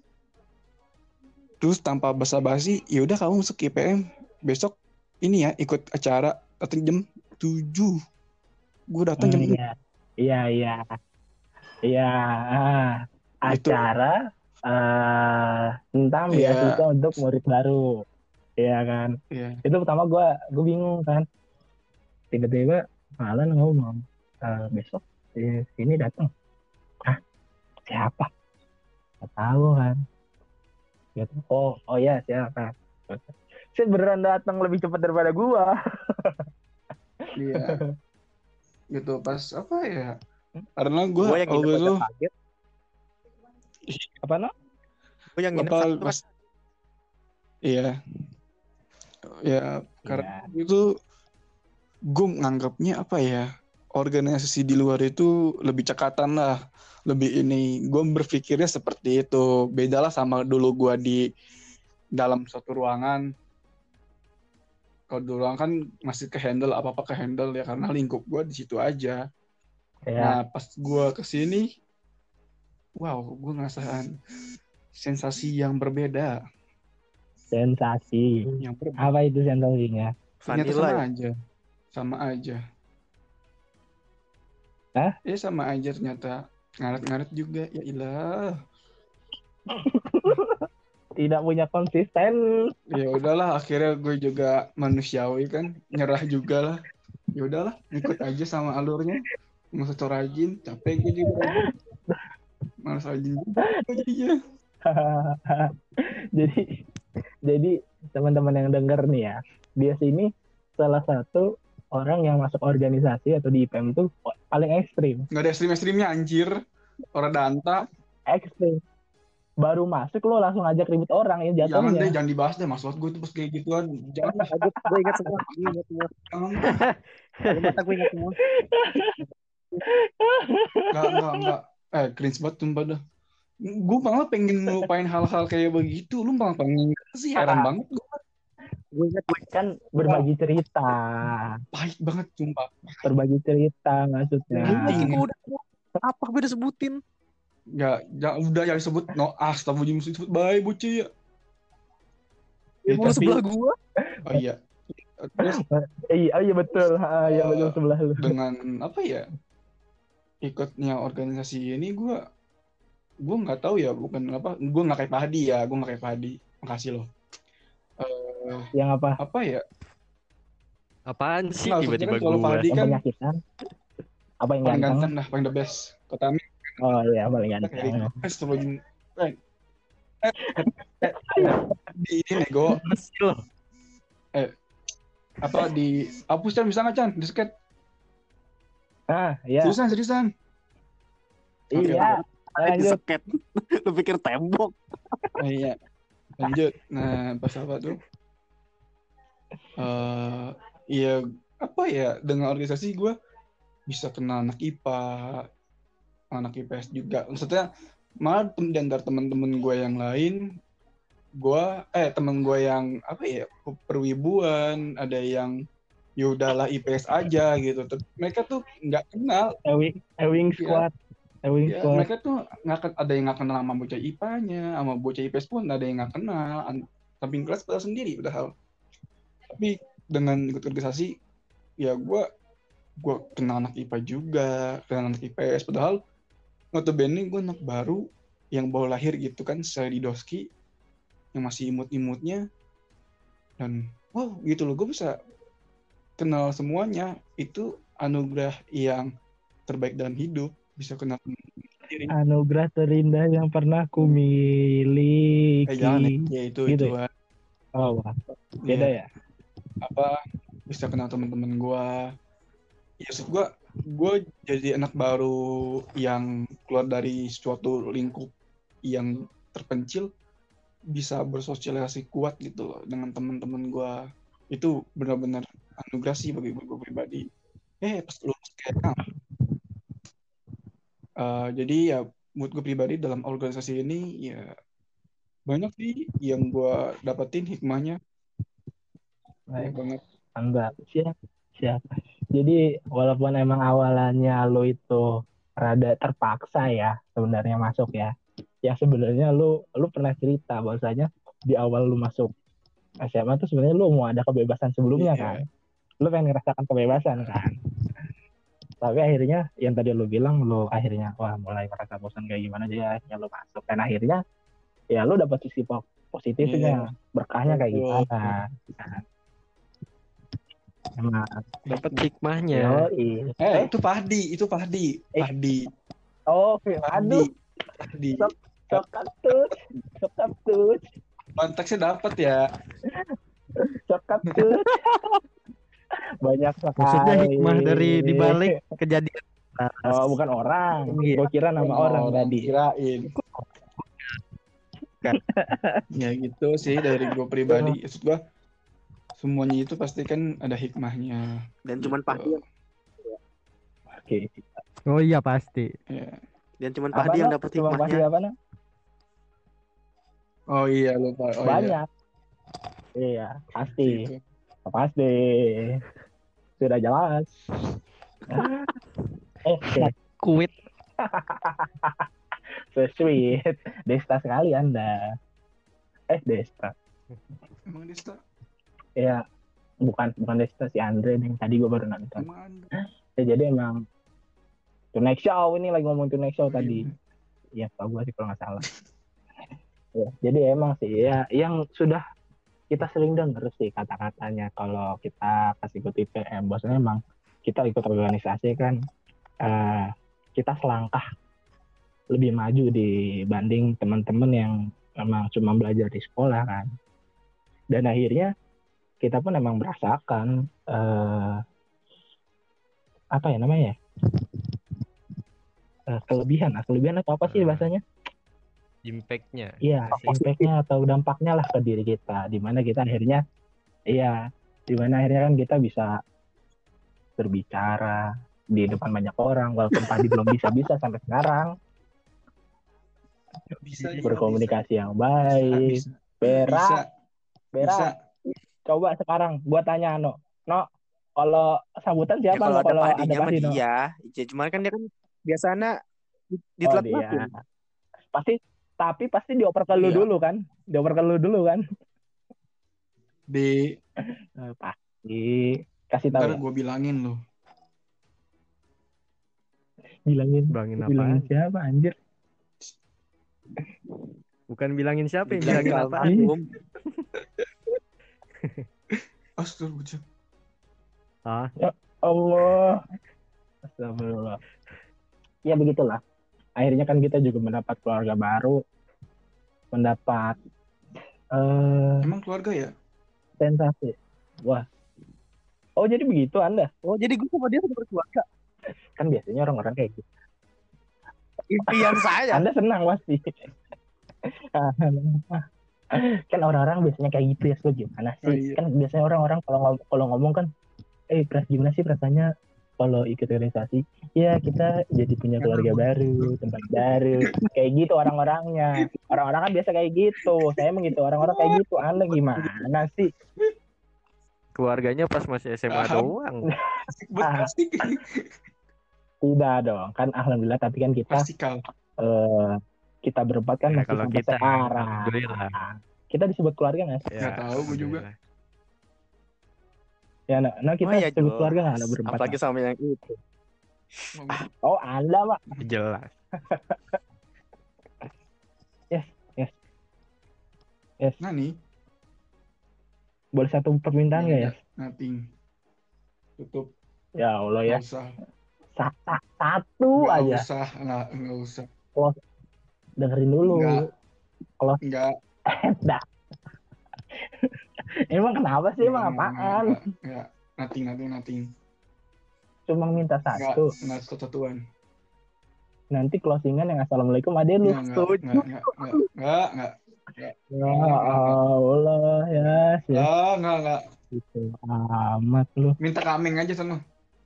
Terus tanpa basa-basi, ya udah kamu masuk I P M besok ini ya ikut acara datang jam tujuh. Gue datang jam Hmm, iya, iya, iya, iya. Ah, itu acara eh tentang beasiswa ya untuk murid baru, iya kan? ya Itu pertama gue gue bingung kan, tiba-tiba Alan ngomong "Eh, besok di sini datang, ah siapa? Gak tahu kan? Gitu. Oh, oh ya siapa? Saya beneran datang lebih cepat daripada gua. iya gitu pas apa ya? Karena gue Gue yang nginep waktu aja itu kaget. Apa no? Gue yang nginep apa satu kan. pas iya ya karena Iya, itu gue nganggapnya apa ya, organisasi di luar itu lebih cekatan lah, lebih ini gue berpikirnya seperti itu, beda lah sama dulu gue di dalam suatu ruangan. Kalau di ruangan kan masih ke handle apa apa ke handle ya karena lingkup gue di situ aja. ya Nah pas gue kesini, wow gue ngerasain sensasi yang berbeda, sensasi. yang berbeda. Apa itu sensasinya? Ternyata Vanilla sama ya. aja, sama aja. Hah? Eh sama aja ternyata, ngaret-ngaret juga ya ilah. Tidak punya konsisten. Ya udahlah akhirnya gue juga manusiawi kan, nyerah juga lah. Ya udahlah ikut aja sama alurnya, nggak usah so rajin, capek gue juga rajin, malas rajin juga gue jadinya. jadi jadi teman-teman yang denger nih ya, dia sini salah satu orang yang masuk organisasi atau di I P M tuh paling ekstrim. Nggak ada ekstrim-ekstrimnya anjir, orang danta. Ekstrim. Baru masuk lo langsung ajak ribut orang ya Jangan deh, jatuhnya. jangan dibahas deh maksud gue itu pas kayak gituan, jangan lah, Gue ingat semua. Gue ingat semua. jangan. Kalau mata gue ingat semua. Nggak nggak nggak eh cringe banget sumpah dah. Gue malah pengen ngelupain hal-hal kayak begitu, lu malah pengen sih, heran banget gue. Gue ingat gue Kan berbagi cerita. Pahit banget sumpah. Berbagi cerita maksudnya. Anjing. gue udah apa gue udah sebutin. Ya, ya udah yang disebut no astagfirullahaladzim disebut bye bocil ya. Ya, Lu tapi- sebelah gue. Oh iya. Terus Iya, oh iya betul. Ah, iya Eh, betul sebelah lu. dengan apa ya? Ikutnya organisasi ini gue gue nggak tahu ya, bukan apa, gue nggak kayak Padi ya, gue nggak kayak Padi. Makasih loh. Eh, Yang apa? apa ya? Apaan sih Nggak, tiba-tiba maksudnya kan kalau gua? Padi Yang kan penyakitan? Apa yang paling ganteng? ganteng lah, paling the best. Kota Ami Oh iya, paling kayak ganteng. astagfirullahaladzim. Eh, eh, eh, eh, di ini nego Masih loh. apa di hapus Chan, bisa nggak Chan di sket? Ah, iya. Seriusan seriusan. Oke, Iya. Lanjut. Seket. Lu pikir tembok. Nah, iya. Lanjut. Nah, pas apa tuh? Eh, iya apa ya, dengan organisasi gue bisa kenal anak I P A, anak I P S juga. Maksudnya malah tem- di antara teman-teman gue yang lain, gue eh teman gue yang apa ya perwibuan, ada yang ya udahlah I P S aja gitu. Ter- Mereka tuh nggak kenal. Ewing, Ewing Squad. Ewing Ya, Squad. mereka tuh nggak ken- ada yang nggak kenal sama bocah I P A-nya, sama bocah I P S pun ada yang nggak kenal. An- Samping kelas pada sendiri padahal. Tapi dengan ikut organisasi, ya gue gue kenal anak I P A juga, kenal anak I P S. Padahal notabene gue anak baru yang baru lahir gitu kan, saya di Doski yang masih imut-imutnya, dan wow gitu loh, gue bisa kenal semuanya. Itu anugerah yang terbaik dalam hidup, bisa kenal diri. Anugerah terindah yang pernah ku miliki. Eh jangan ya, ya itu Gitu itu ya? Oh, wah. Beda ya, ya? apa bisa kenal teman-teman gue. Ya maksud gue, gue jadi anak baru yang keluar dari suatu lingkup yang terpencil, bisa bersosialisasi kuat gitu loh dengan teman-teman gue. Itu benar-benar anugerah sih bagi gue pribadi. Eh pas lulus kayak Uh, jadi ya buat gue pribadi dalam organisasi ini ya banyak sih yang gua dapetin hikmahnya. Banyak Baik. banget. Enggak, siapa? Siapa? Jadi walaupun emang awalannya lo itu rada terpaksa ya sebenarnya masuk ya. Ya sebenarnya lu lu pernah cerita bahwasanya di awal lu masuk S M A tuh sebenarnya lu mau ada kebebasan sebelumnya kan. Iya. Lu pengen ngerasakan kebebasan kan. Tapi akhirnya yang tadi lu bilang lu akhirnya wah mulai merasa bosan kayak gimana jadi akhirnya lu masuk dan akhirnya ya lu dapat sisi po- Iya. positifnya, berkahnya kayak Betul. gimana. Nah, emang Dapat hikmahnya. yoi. Eh, Eh, itu Fahdi, itu Fahdi, eh, Fahdi, oh, Fahdi, aduh, Fahdi. sok sok kaktus, sok kaktus, Konteksnya dapat ya. sok kaktus. Banyak Maksudnya sekali. hikmah dari dibalik kejadian. Oh, bukan orang. Iya. Gue kira nama Bukan orang, orang tadi. kirain. Kan. Ya gitu sih dari gue pribadi. Maksud gue semuanya itu pasti kan ada hikmahnya. Dan cuman Gitu. Fahdi yang Oke. Oh iya pasti. Ya. dan cuman Apa, Fahdi yang no? dapat Cuma pasti hikmahnya. apa, no? Oh iya lupa. Oh iya. Banyak. Iya, pasti. Gitu. Pasti. Sudah jelas. eh, eh, Kuit. so sweet. Desta sekali Anda. Eh, Desta. Emang Desta? Ya, bukan bukan Desta, si Andre nih. Tadi gue baru nonton. Emang Anda? Ya, jadi emang Tonight Show ini lagi ngomong Tonight Show Oh, tadi. iya. Iya, tau gue sih kalau nggak salah. Ya, jadi emang sih ya yang sudah kita sering dengar sih kata-katanya kalau kita kasih ikut I P M. Bosnya emang kita ikut organisasi kan eh, kita selangkah lebih maju dibanding teman-teman yang memang cuma belajar di sekolah kan. Dan akhirnya kita pun emang merasakan eh, apa ya namanya ya? Eh, kelebihan, nah, kelebihan atau apa sih bahasanya? Impact-nya. Iya, impact-nya atau dampaknya lah ke diri kita, di mana kita akhirnya, iya, di mana akhirnya kan kita bisa berbicara di depan banyak orang, walaupun tadi belum bisa-bisa sampai sekarang, Nggak bisa ya, berkomunikasi yang bisa. baik. Bisa. Bera, Bisa. Bera, Bisa. coba sekarang gua tanya No, No, kalau sambutan Ya siapa kalau No? ada Kalau ada Fahdinya mah pasti No. dia. Ya, cuman kan dia kan biasanya di- Oh ditelat dia, waktu. pasti, tapi pasti dioper ke lu Iya. dulu kan, dioper ke lu dulu kan. Di Eh, pasti kasih tahu ntar ya. gue bilangin lo. Bilangin, Bilangin bilangin apaan? siapa anjir? Bukan bilangin siapa yang Bilangin bilangin apa? apaan? Almarhum. Astagfirullah. Ah, Allah. Astagfirullah. Ya begitulah. Akhirnya kan kita juga mendapat keluarga baru, mendapat eh Emang keluarga ya? sensasi. Wah. Oh jadi begitu Anda? Oh, jadi gue sama dia sudah berkeluarga. Kan biasanya orang-orang kayak gitu. Impian saya. Anda senang pasti. Kan orang-orang biasanya kayak gitu ya, so gimana sih? Oh, iya. Kan biasanya orang-orang kalau ngom- kalau ngomong kan, eh Pras gimana sih rasanya kalau ikut organisasi? Ya kita jadi punya keluarga baru, tempat baru, kayak gitu orang-orangnya. Orang-orang kan biasa kayak gitu. Saya emang gitu orang-orang kayak gitu. Anda gimana sih? keluarganya pas masih S M A Paham. doang. Asik banget, asik. Tidak dong, kan alhamdulillah. Tapi kan kita Asik kal. eh, kita berempat kan Ya, masih kalau sampai kita, sekarang. alhamdulillah. Kita disebut keluarga nggak sih? Ya, Nggak tahu, gua juga. alhamdulillah. Ya, nah, nah kita Oh iya, disebut jelas. keluarga nggak? Ada berempat. Apalagi Nah? sama yang itu. Oh, Anda Pak. Jelas. Yes, yes, yes. Nah nih. Boleh satu permintaan nggak ya? Nothing. Tutup. Ya Allah ya. Nggak usah. Sa- sa- satu Nggak aja. usah. Nggak, nggak usah. Dengerin dulu. Nggak. Kalau Nggak. dah. Emang kenapa sih? Emang Nggak, apaan? nggak, nggak. Nothing, nothing, nothing. Cuma minta Nggak, satu. nggak satu-satuan. Nanti closingan yang assalamualaikum ada lu. Nggak, nggak, Setuju. nggak, nggak, nggak, nggak, nggak. Ya Allah ya. ya. Ah, nggak, nggak. Gitu amat lu. Minta kameng aja sana.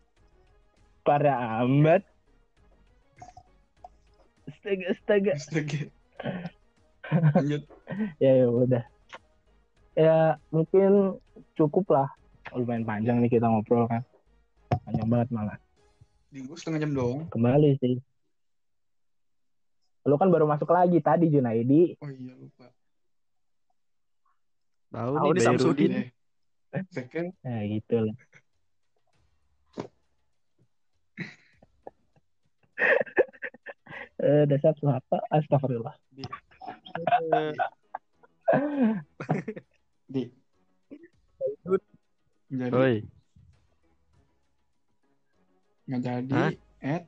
Parah amat. Astaga, astaga. Astaga. Lanjut. Ya ya udah. Ya mungkin cukup lah. Lumayan panjang nih kita ngobrol kan. Panjang banget malah. Di gue setengah jam doang. Kembali sih. Lu kan baru masuk lagi tadi Junaidi. Oh iya lupa. Tahu Tahu nih nih Samsudin. Bayrudin. Eh, second. Nah gitu lah. Eh, dasar lu apa? Astagfirullah. Di. Eh, Di. Jadi Oi. nggak jadi. Hah? Ed.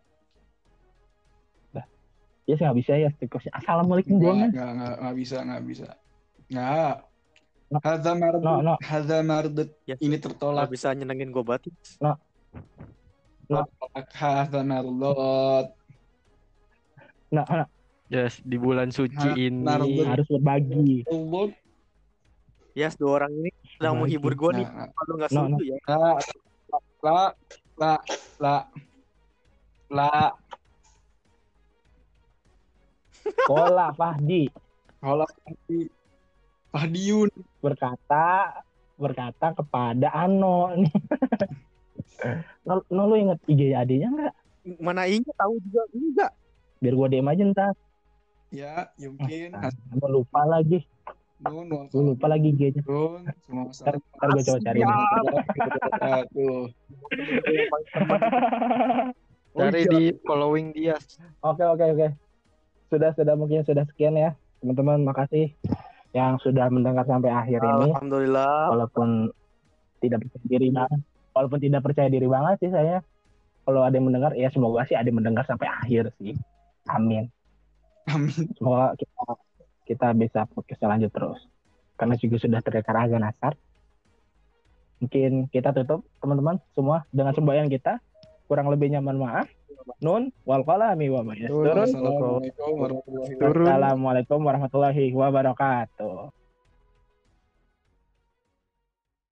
Ya sih nggak bisa ya. Assalamualaikum Nggak, doang. nggak, nggak, nggak bisa, nggak bisa. Nggak. No. Hadza mardut. No, no. Hadza mardut. Ya, Ini nggak tertolak. bisa nyenengin gue banget. No. No. Hadza mardut. Nah, nah, Yes, di bulan suci Ha- ini. Mardut. harus berbagi. Allah. Yes, dua orang ini sedang Bagi. menghibur gue nih. Nah, Kalau nggak No, setuju ya. la, la, la, la, la. Kola Fahdi Kalau Fahdi, Fahdiun. berkata berkata kepada Ano nih. No, no lu inget I G adanya nggak? Mana ingat tahu juga enggak. Biar gua D M aja ntar. Ya, mungkin. Ah, gua lupa lagi. Nun, nun, Gua lupa lagi I G-nya. Nun, semua Ntar, masalah. ntar gua coba cari. Ya. Aduh. Yang paling teman. Cari Oh, iya. di following dia. Oke oke oke. Sudah sudah mungkin sudah sekian ya teman-teman. Makasih yang sudah mendengar sampai akhir ini. Alhamdulillah. Walaupun tidak percaya diri banget. Walaupun tidak percaya diri banget sih saya. Kalau ada yang mendengar ya semoga sih ada yang mendengar sampai akhir sih. Amin. Amin. Semoga kita kita bisa podcast lanjut terus. Karena juga sudah terdekat azan asar. Mungkin kita tutup teman-teman semua dengan sembahyang kita. Kurang lebihnya mohon maaf. Nun wal qalami wa ma yasturun. Assalamualaikum warahmatullahi wabarakatuh. Turun. Assalamualaikum warahmatullahi wabarakatuh.